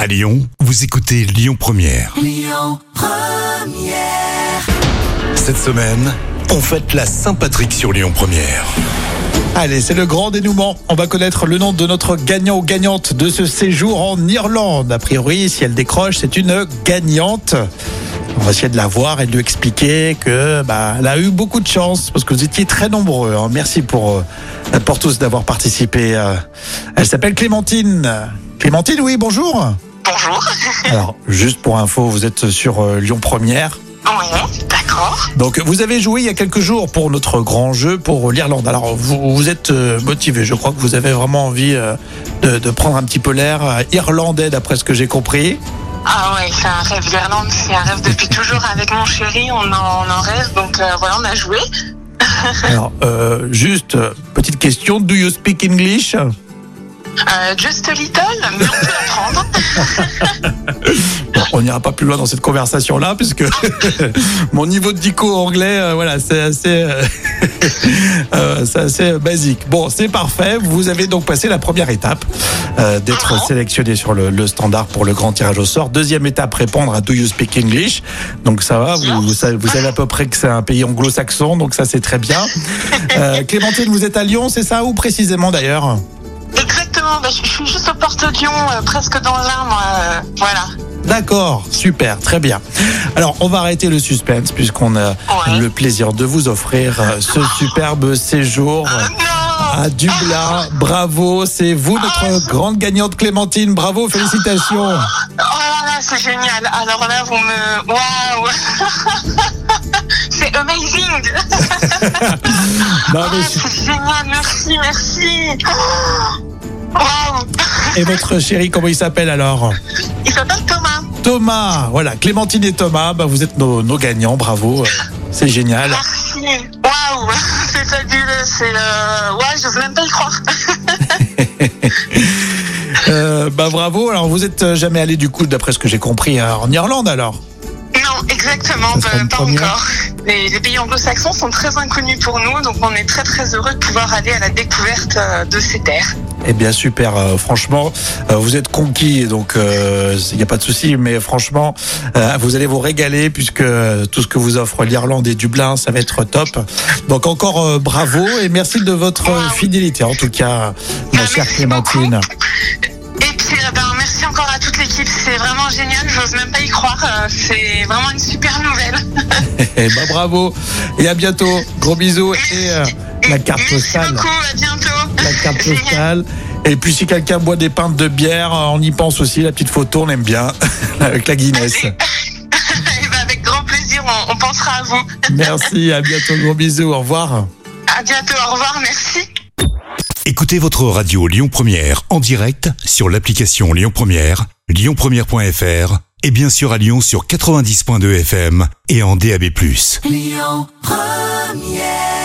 À Lyon, vous écoutez Lyon Première. Lyon Première. Cette semaine, on fête la Saint-Patrick sur Lyon Première. Allez, c'est le grand dénouement. On va connaître le nom de notre gagnant ou gagnante de ce séjour en Irlande. A priori, si elle décroche, c'est une gagnante. On va essayer de la voir et de lui expliquer que elle a eu beaucoup de chance parce que vous étiez très nombreux. Merci pour tous d'avoir participé. Elle s'appelle Clémentine. Clémentine, oui, bonjour. Bonjour. Alors, juste pour info, vous êtes sur Lyon Première. Oui, d'accord. Donc, vous avez joué il y a quelques jours pour notre grand jeu pour l'Irlande. Alors, vous êtes motivé. Je crois que vous avez vraiment envie de prendre un petit peu l'air irlandais, d'après ce que j'ai compris. Ah ouais, c'est un rêve. L'Irlande, c'est un rêve depuis toujours. Avec mon chéri, on en rêve. Donc voilà, on a joué. Alors, juste, petite question. Do you speak English? Just a little, mais on peut apprendre. On n'ira pas plus loin dans cette conversation-là, puisque mon niveau de dico anglais, c'est assez basique. Bon, c'est parfait. Vous avez donc passé la première étape, d'être sélectionné sur le standard pour le grand tirage au sort. Deuxième étape, répondre à Do you speak English? Donc ça va, vous savez à peu près que c'est un pays anglo-saxon, donc ça c'est très bien. Clémentine, vous êtes à Lyon, c'est ça? Où précisément d'ailleurs? Exactement, je suis juste aux portes de Lyon, presque dans l'Ain, moi. Voilà. D'accord, super, très bien. Alors, on va arrêter le suspense puisqu'on a le plaisir de vous offrir ce superbe séjour à Dublin. Bravo, c'est vous notre grande gagnante Clémentine. Bravo, félicitations. Oh là là, c'est génial. Alors là, vous me... Waouh. C'est amazing. C'est génial, merci. Waouh. Et votre chéri, comment il s'appelle alors? Il s'appelle Thomas. Thomas, voilà, Clémentine et Thomas, vous êtes nos gagnants, bravo, c'est génial. Merci, waouh, c'est fabuleux, j'ose même pas y croire. Bravo, alors vous êtes jamais allé du coup, d'après ce que j'ai compris, en Irlande alors? Non, exactement, pas encore. Les pays anglo-saxons sont très inconnus pour nous, donc on est très très heureux de pouvoir aller à la découverte de ces terres. Eh bien super, franchement, vous êtes conquis, donc il n'y a pas de souci, mais franchement, vous allez vous régaler puisque tout ce que vous offre l'Irlande et Dublin, ça va être top. Donc bravo et merci de votre fidélité, en tout cas, ma chère Clémentine. Et puis merci encore à toute l'équipe, c'est vraiment génial, j'ose même pas y croire, c'est vraiment une super nouvelle. Bravo et à bientôt, gros bisous et la carte postale. Merci beaucoup, à bientôt. La carte postale. Et puis si quelqu'un boit des pintes de bière, on y pense aussi, la petite photo, on aime bien, avec la Guinness. Avec grand plaisir, on pensera à vous. Merci, à bientôt, gros bisous, au revoir. À bientôt, au revoir, merci. Écoutez votre radio Lyon Première en direct sur l'application Lyon Première, lyonpremière.fr et bien sûr à Lyon sur 90.2 FM et en DAB+. Lyon Première.